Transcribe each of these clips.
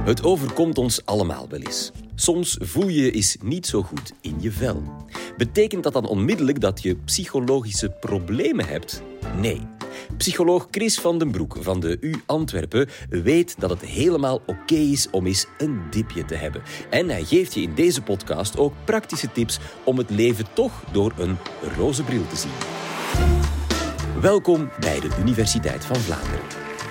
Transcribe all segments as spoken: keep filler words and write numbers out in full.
Het overkomt ons allemaal wel eens. Soms voel je je eens niet zo goed in je vel. Betekent dat dan onmiddellijk dat je psychologische problemen hebt? Nee. Psycholoog Chris van den Broek van de U Antwerpen weet dat het helemaal oké is om eens een dipje te hebben. En hij geeft je in deze podcast ook praktische tips om het leven toch door een roze bril te zien. Welkom bij de Universiteit van Vlaanderen.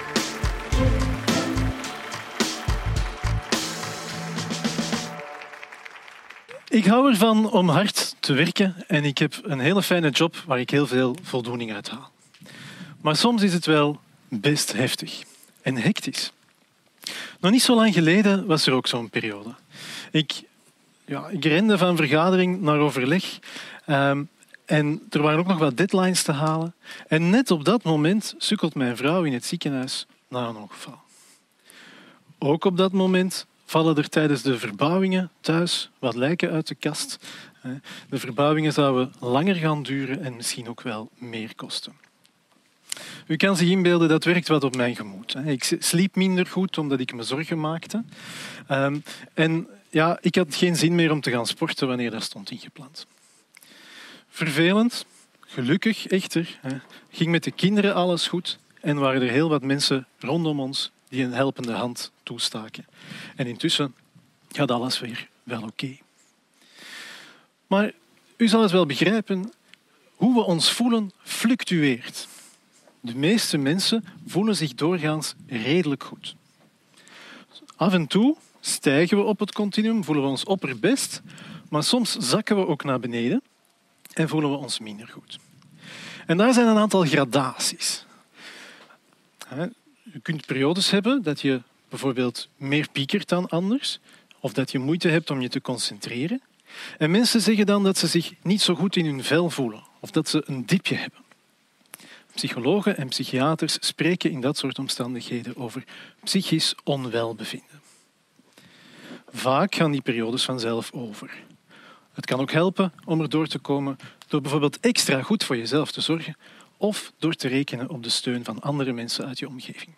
Ik hou ervan om hard te werken en ik heb een hele fijne job waar ik heel veel voldoening uit haal. Maar soms is het wel best heftig en hectisch. Nog niet zo lang geleden was er ook zo'n periode. Ik, ja, ik rende van vergadering naar overleg um, en er waren ook nog wat deadlines te halen. En net op dat moment sukkelt mijn vrouw in het ziekenhuis na een ongeval. Ook op dat moment vallen er tijdens de verbouwingen thuis wat lijken uit de kast. De verbouwingen zouden langer gaan duren en misschien ook wel meer kosten. U kan zich inbeelden, dat werkt wat op mijn gemoed. Ik sliep minder goed omdat ik me zorgen maakte. En ja, ik had geen zin meer om te gaan sporten wanneer dat stond ingepland. Vervelend, gelukkig echter, ging met de kinderen alles goed en waren er heel wat mensen rondom ons die een helpende hand toestaken. En intussen gaat alles weer wel oké. Maar u zal het wel begrijpen, hoe we ons voelen fluctueert. De meeste mensen voelen zich doorgaans redelijk goed. Af en toe stijgen we op het continuum, voelen we ons opperbest, maar soms zakken we ook naar beneden en voelen we ons minder goed. En daar zijn een aantal gradaties. Je kunt periodes hebben dat je bijvoorbeeld meer piekert dan anders, of dat je moeite hebt om je te concentreren. En mensen zeggen dan dat ze zich niet zo goed in hun vel voelen, of dat ze een dipje hebben. Psychologen en psychiaters spreken in dat soort omstandigheden over psychisch onwelbevinden. Vaak gaan die periodes vanzelf over. Het kan ook helpen om er door te komen door bijvoorbeeld extra goed voor jezelf te zorgen of door te rekenen op de steun van andere mensen uit je omgeving.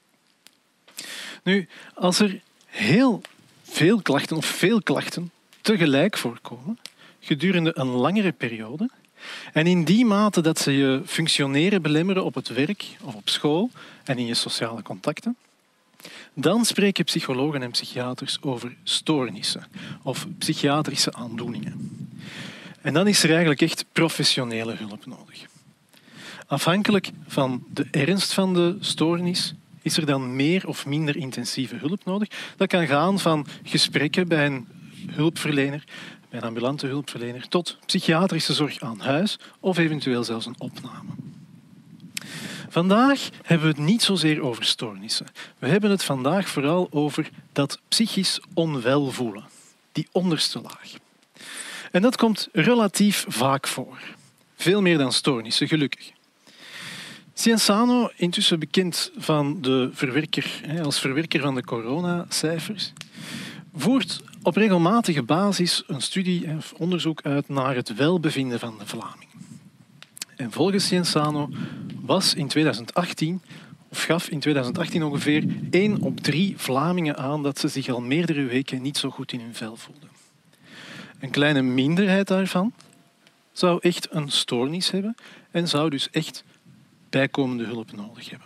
Nu, als er heel veel klachten of veel klachten tegelijk voorkomen, gedurende een langere periode, en in die mate dat ze je functioneren belemmeren op het werk of op school en in je sociale contacten, dan spreken psychologen en psychiaters over stoornissen of psychiatrische aandoeningen. En dan is er eigenlijk echt professionele hulp nodig. Afhankelijk van de ernst van de stoornis is er dan meer of minder intensieve hulp nodig. Dat kan gaan van gesprekken bij een hulpverlener, bij een ambulante hulpverlener, tot psychiatrische zorg aan huis of eventueel zelfs een opname. Vandaag hebben we het niet zozeer over stoornissen. We hebben het vandaag vooral over dat psychisch onwel voelen, die onderste laag. En dat komt relatief vaak voor. Veel meer dan stoornissen, gelukkig. Cienzano, intussen bekend van de verwerker, als verwerker van de coronacijfers, voert op regelmatige basis een studie of onderzoek uit naar het welbevinden van de Vlaming. En volgens Cienzano was in tweeduizend achttien, of gaf in tweeduizend achttien ongeveer één op drie Vlamingen aan dat ze zich al meerdere weken niet zo goed in hun vel voelden. Een kleine minderheid daarvan zou echt een stoornis hebben en zou dus echt bijkomende hulp nodig hebben.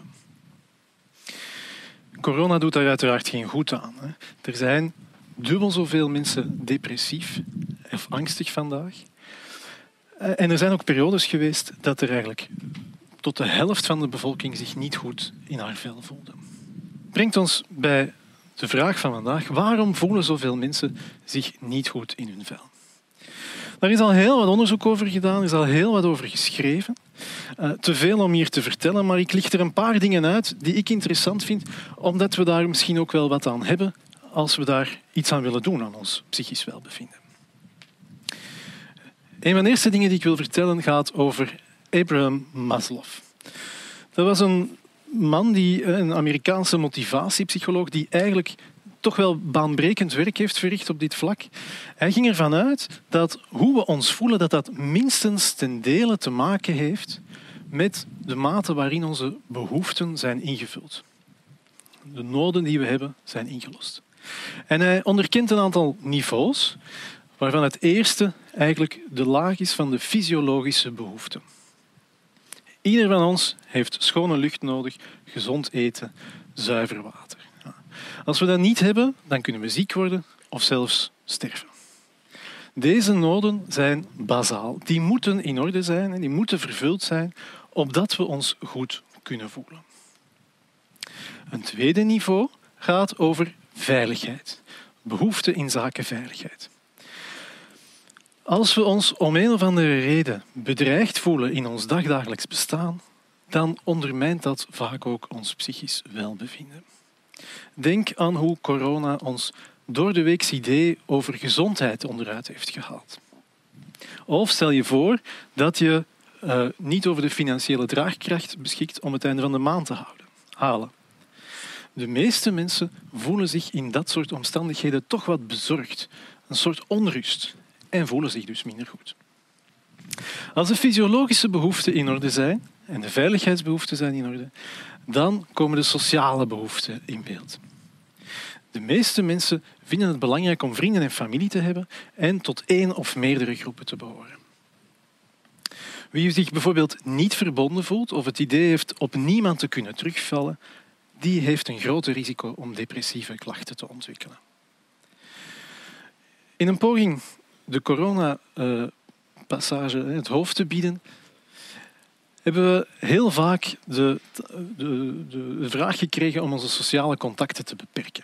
Corona doet daar uiteraard geen goed aan. Hè. Er zijn dubbel zoveel mensen depressief of angstig vandaag. En er zijn ook periodes geweest dat er eigenlijk tot de helft van de bevolking zich niet goed in haar vel voelde. Brengt ons bij de vraag van vandaag: waarom voelen zoveel mensen zich niet goed in hun vel? Daar is al heel wat onderzoek over gedaan, er is al heel wat over geschreven. Uh, te veel om hier te vertellen, maar ik licht er een paar dingen uit die ik interessant vind, omdat we daar misschien ook wel wat aan hebben als we daar iets aan willen doen aan ons psychisch welbevinden. Een van de eerste dingen die ik wil vertellen gaat over Abraham Maslow. Dat was een man, die, een Amerikaanse motivatiepsycholoog, die eigenlijk toch wel baanbrekend werk heeft verricht op dit vlak. Hij ging ervan uit dat hoe we ons voelen, dat dat minstens ten dele te maken heeft met de mate waarin onze behoeften zijn ingevuld. De noden die we hebben zijn ingelost. En hij onderkent een aantal niveaus, waarvan het eerste eigenlijk de laag is van de fysiologische behoeften. Ieder van ons heeft schone lucht nodig, gezond eten, zuiver water. Als we dat niet hebben, dan kunnen we ziek worden of zelfs sterven. Deze noden zijn bazaal. Die moeten in orde zijn en die moeten vervuld zijn, opdat we ons goed kunnen voelen. Een tweede niveau gaat over veiligheid. Behoeften in zaken veiligheid. Als we ons om een of andere reden bedreigd voelen in ons dagdagelijks bestaan, dan ondermijnt dat vaak ook ons psychisch welbevinden. Denk aan hoe corona ons door de week's idee over gezondheid onderuit heeft gehaald. Of stel je voor dat je uh, niet over de financiële draagkracht beschikt om het einde van de maand te houden, halen. De meeste mensen voelen zich in dat soort omstandigheden toch wat bezorgd, een soort onrust, en voelen zich dus minder goed. Als de fysiologische behoeften in orde zijn en de veiligheidsbehoeften zijn in orde, dan komen de sociale behoeften in beeld. De meeste mensen vinden het belangrijk om vrienden en familie te hebben en tot één of meerdere groepen te behoren. Wie zich bijvoorbeeld niet verbonden voelt of het idee heeft op niemand te kunnen terugvallen, die heeft een groter risico om depressieve klachten te ontwikkelen. In een poging de corona-passage het hoofd te bieden, hebben we heel vaak de, de, de vraag gekregen om onze sociale contacten te beperken.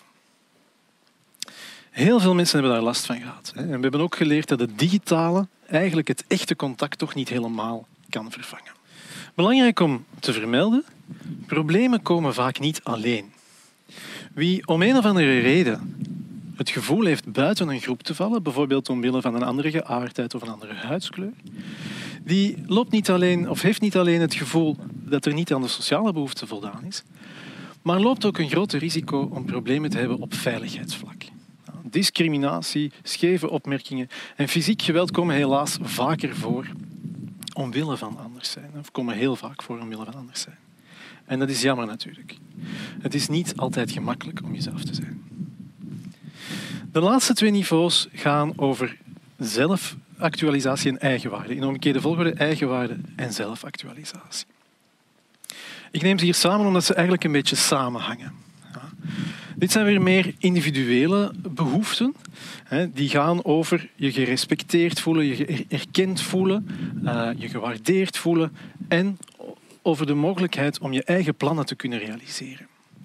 Heel veel mensen hebben daar last van gehad. En we hebben ook geleerd dat het digitale eigenlijk het echte contact toch niet helemaal kan vervangen. Belangrijk om te vermelden, problemen komen vaak niet alleen. Wie om een of andere reden het gevoel heeft buiten een groep te vallen, bijvoorbeeld omwille van een andere geaardheid of een andere huidskleur, die loopt niet alleen, of heeft niet alleen het gevoel dat er niet aan de sociale behoeften voldaan is, maar loopt ook een groter risico om problemen te hebben op veiligheidsvlak. Discriminatie, scheve opmerkingen en fysiek geweld komen helaas vaker voor omwille van anders zijn. Of komen heel vaak voor omwille van anders zijn. En dat is jammer natuurlijk. Het is niet altijd gemakkelijk om jezelf te zijn. De laatste twee niveaus gaan over zelfactualisatie en eigenwaarde. In omgekeerde volgorde eigenwaarde en zelfactualisatie. Ik neem ze hier samen omdat ze eigenlijk een beetje samenhangen. Ja. Dit zijn weer meer individuele behoeften. Hè, die gaan over je gerespecteerd voelen, je erkend voelen, uh, je gewaardeerd voelen en over de mogelijkheid om je eigen plannen te kunnen realiseren.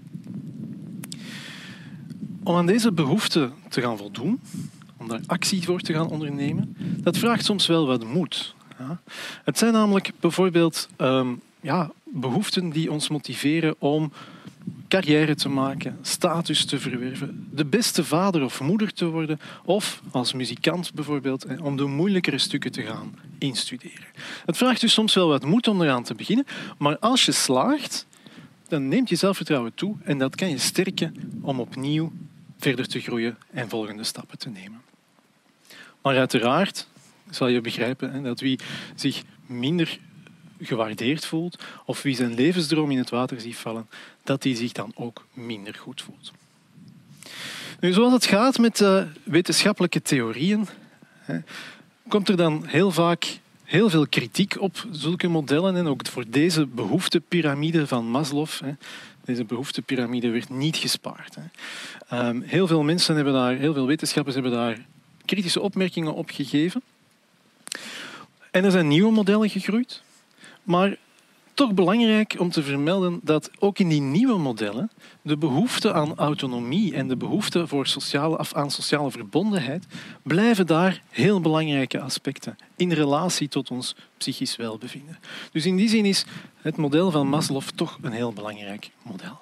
Om aan deze behoeften te gaan voldoen, om daar actie voor te gaan ondernemen, dat vraagt soms wel wat moed. Ja. Het zijn namelijk bijvoorbeeld um, ja, behoeften die ons motiveren om carrière te maken, status te verwerven, de beste vader of moeder te worden of als muzikant bijvoorbeeld, om de moeilijkere stukken te gaan instuderen. Het vraagt dus soms wel wat moed om eraan te beginnen, maar als je slaagt, dan neemt je zelfvertrouwen toe en dat kan je sterken om opnieuw verder te groeien en volgende stappen te nemen. Maar uiteraard zal je begrijpen dat wie zich minder gewaardeerd voelt of wie zijn levensdroom in het water ziet vallen, dat hij zich dan ook minder goed voelt. Nu, zoals het gaat met uh, wetenschappelijke theorieën, hè, komt er dan heel vaak heel veel kritiek op zulke modellen en ook voor deze behoeftepiramide van Maslow. Hè. Deze behoeftepiramide werd niet gespaard. Hè. Um, heel veel mensen hebben daar, heel veel wetenschappers hebben daar kritische opmerkingen op gegeven. En er zijn nieuwe modellen gegroeid. Maar toch belangrijk om te vermelden dat ook in die nieuwe modellen de behoefte aan autonomie en de behoefte voor sociale, aan sociale verbondenheid blijven daar heel belangrijke aspecten in relatie tot ons psychisch welbevinden. Dus in die zin is het model van Maslow toch een heel belangrijk model.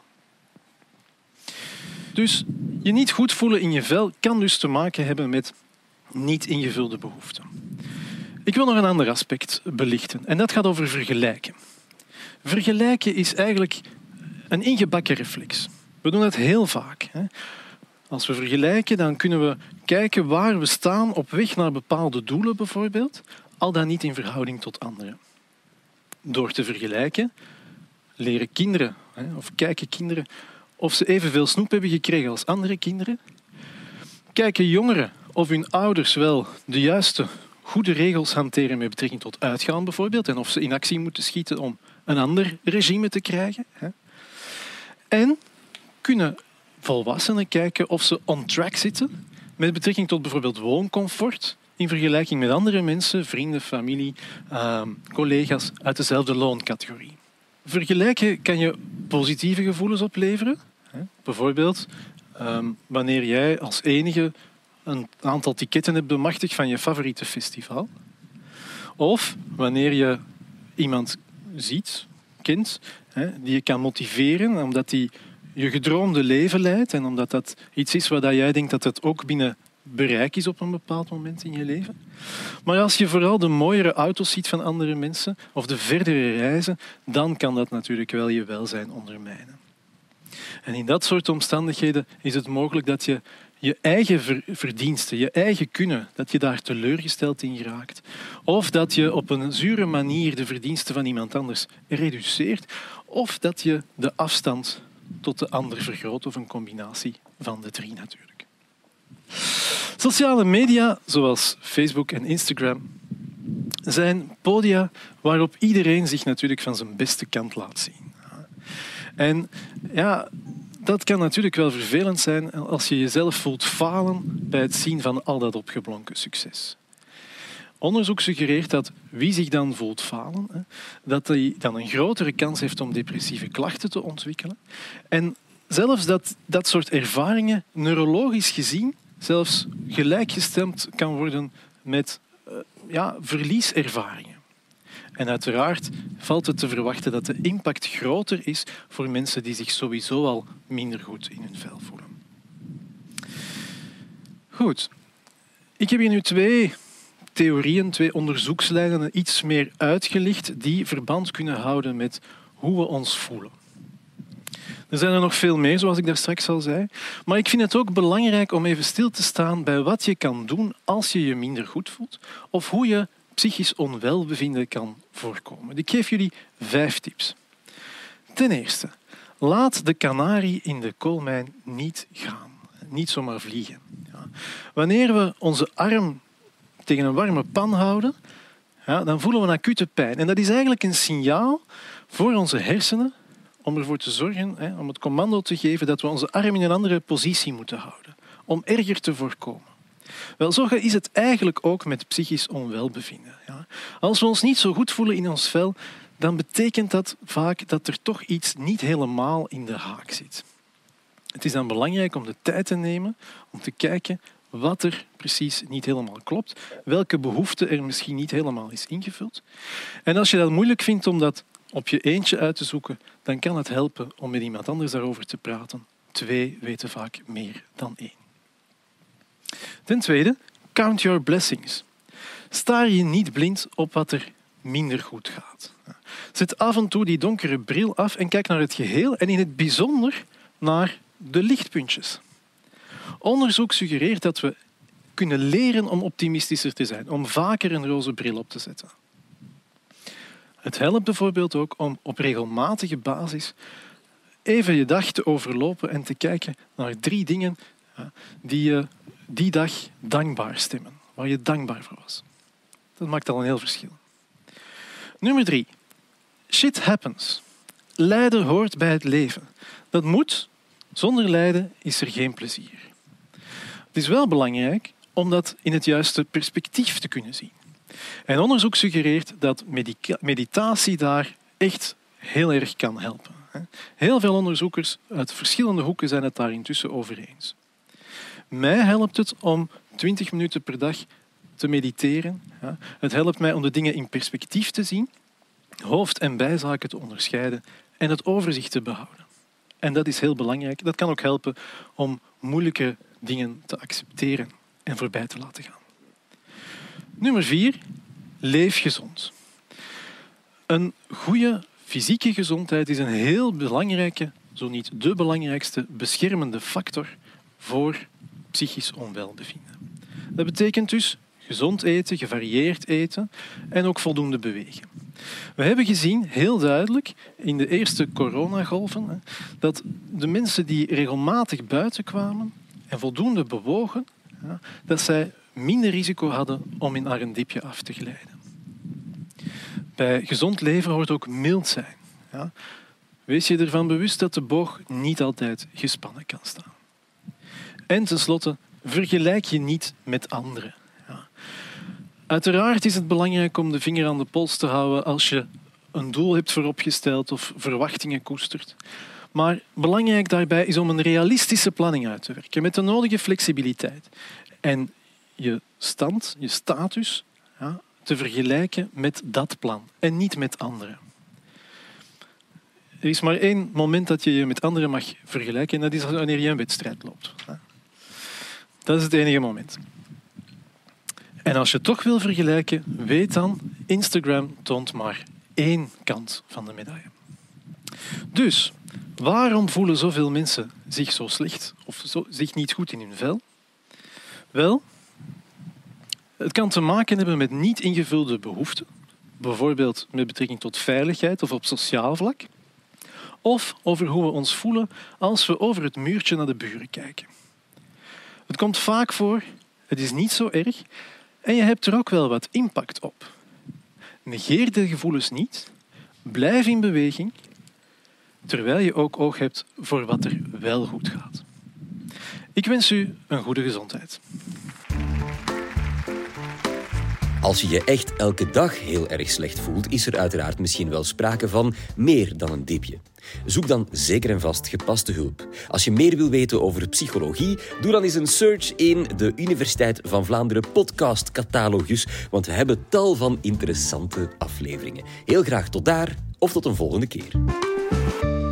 Dus je niet goed voelen in je vel kan dus te maken hebben met niet ingevulde behoeften. Ik wil nog een ander aspect belichten en dat gaat over vergelijken. Vergelijken is eigenlijk een ingebakken reflex. We doen het heel vaak. Als we vergelijken, dan kunnen we kijken waar we staan op weg naar bepaalde doelen bijvoorbeeld, al dan niet in verhouding tot anderen. Door te vergelijken leren kinderen of kijken kinderen of ze evenveel snoep hebben gekregen als andere kinderen Kijken jongeren of hun ouders wel de juiste, goede regels hanteren met betrekking tot uitgaan bijvoorbeeld en of ze in actie moeten schieten om een ander regime te krijgen. En kunnen volwassenen kijken of ze on track zitten met betrekking tot bijvoorbeeld wooncomfort in vergelijking met andere mensen, vrienden, familie, uh, collega's uit dezelfde looncategorie. Vergelijken kan je positieve gevoelens opleveren. Bijvoorbeeld um, wanneer jij als enige een aantal ticketten hebt bemachtigd van je favoriete festival. Of wanneer je iemand ziet, kent, hè, die je kan motiveren omdat die je gedroomde leven leidt en omdat dat iets is waar jij denkt dat het ook binnen bereik is op een bepaald moment in je leven. Maar als je vooral de mooiere auto's ziet van andere mensen of de verdere reizen, dan kan dat natuurlijk wel je welzijn ondermijnen. En in dat soort omstandigheden is het mogelijk dat je je eigen verdiensten, je eigen kunnen, dat je daar teleurgesteld in geraakt. Of dat je op een zure manier de verdiensten van iemand anders reduceert. Of dat je de afstand tot de ander vergroot, of een combinatie van de drie natuurlijk. Sociale media, zoals Facebook en Instagram, zijn podia waarop iedereen zich natuurlijk van zijn beste kant laat zien. En ja, dat kan natuurlijk wel vervelend zijn als je jezelf voelt falen bij het zien van al dat opgeblonken succes. Onderzoek suggereert dat wie zich dan voelt falen, dat hij dan een grotere kans heeft om depressieve klachten te ontwikkelen. En zelfs dat dat soort ervaringen neurologisch gezien zelfs gelijkgestemd kan worden met uh, ja, verlieservaringen. En uiteraard valt het te verwachten dat de impact groter is voor mensen die zich sowieso al minder goed in hun vel voelen. Goed. Ik heb hier nu twee theorieën, twee onderzoekslijnen iets meer uitgelicht die verband kunnen houden met hoe we ons voelen. Er zijn er nog veel meer, zoals ik daar straks al zei. Maar ik vind het ook belangrijk om even stil te staan bij wat je kan doen als je je minder goed voelt of hoe je psychisch onwelbevinden kan voorkomen. Ik geef jullie vijf tips. Ten eerste, laat de kanarie in de koolmijn niet gaan. Niet zomaar vliegen. Ja. Wanneer we onze arm tegen een warme pan houden, ja, dan voelen we een acute pijn. En dat is eigenlijk een signaal voor onze hersenen om ervoor te zorgen, hè, om het commando te geven dat we onze arm in een andere positie moeten houden. Om erger te voorkomen. Wel, zo is het eigenlijk ook met psychisch onwelbevinden. Ja. Als we ons niet zo goed voelen in ons vel, dan betekent dat vaak dat er toch iets niet helemaal in de haak zit. Het is dan belangrijk om de tijd te nemen om te kijken wat er precies niet helemaal klopt, welke behoefte er misschien niet helemaal is ingevuld. En als je dat moeilijk vindt om dat op je eentje uit te zoeken, dan kan het helpen om met iemand anders daarover te praten. Twee weten vaak meer dan één. Ten tweede, count your blessings. Staar je niet blind op wat er minder goed gaat. Zet af en toe die donkere bril af en kijk naar het geheel en in het bijzonder naar de lichtpuntjes. Onderzoek suggereert dat we kunnen leren om optimistischer te zijn, om vaker een roze bril op te zetten. Het helpt bijvoorbeeld ook om op regelmatige basis even je dag te overlopen en te kijken naar drie dingen die je die dag dankbaar stemmen, waar je dankbaar voor was. Dat maakt al een heel verschil. Nummer drie. Shit happens. Lijden hoort bij het leven. Dat moet. Zonder lijden is er geen plezier. Het is wel belangrijk om dat in het juiste perspectief te kunnen zien. En onderzoek suggereert dat meditatie daar echt heel erg kan helpen. Heel veel onderzoekers uit verschillende hoeken zijn het daar intussen over eens. Mij helpt het om twintig minuten per dag te mediteren. Het helpt mij om de dingen in perspectief te zien, hoofd- en bijzaken te onderscheiden en het overzicht te behouden. En dat is heel belangrijk. Dat kan ook helpen om moeilijke dingen te accepteren en voorbij te laten gaan. Nummer vier. Leef gezond. Een goede fysieke gezondheid is een heel belangrijke, zo niet de belangrijkste, beschermende factor voor psychisch onwelbevinden. Dat betekent dus gezond eten, gevarieerd eten en ook voldoende bewegen. We hebben gezien, heel duidelijk, in de eerste coronagolven, dat de mensen die regelmatig buiten kwamen en voldoende bewogen, ja, dat zij minder risico hadden om in naar een diepje af te glijden. Bij gezond leven hoort ook mild zijn. Ja. Wees je ervan bewust dat de boog niet altijd gespannen kan staan. En tenslotte, vergelijk je niet met anderen. Ja. Uiteraard is het belangrijk om de vinger aan de pols te houden als je een doel hebt vooropgesteld of verwachtingen koestert. Maar belangrijk daarbij is om een realistische planning uit te werken met de nodige flexibiliteit. En je stand, je status, ja, te vergelijken met dat plan en niet met anderen. Er is maar één moment dat je je met anderen mag vergelijken en dat is wanneer je een wedstrijd loopt. Dat is het enige moment. En als je toch wil vergelijken, weet dan, Instagram toont maar één kant van de medaille. Dus, waarom voelen zoveel mensen zich zo slecht of zo, zich niet goed in hun vel? Wel, het kan te maken hebben met niet ingevulde behoeften, bijvoorbeeld met betrekking tot veiligheid of op sociaal vlak, of over hoe we ons voelen als we over het muurtje naar de buren kijken. Het komt vaak voor, het is niet zo erg en je hebt er ook wel wat impact op. Negeer de gevoelens niet, blijf in beweging, terwijl je ook oog hebt voor wat er wel goed gaat. Ik wens u een goede gezondheid. Als je je echt elke dag heel erg slecht voelt, is er uiteraard misschien wel sprake van meer dan een dipje. Zoek dan zeker en vast gepaste hulp. Als je meer wil weten over psychologie, doe dan eens een search in de Universiteit van Vlaanderen podcast-catalogus, want we hebben tal van interessante afleveringen. Heel graag tot daar of tot een volgende keer.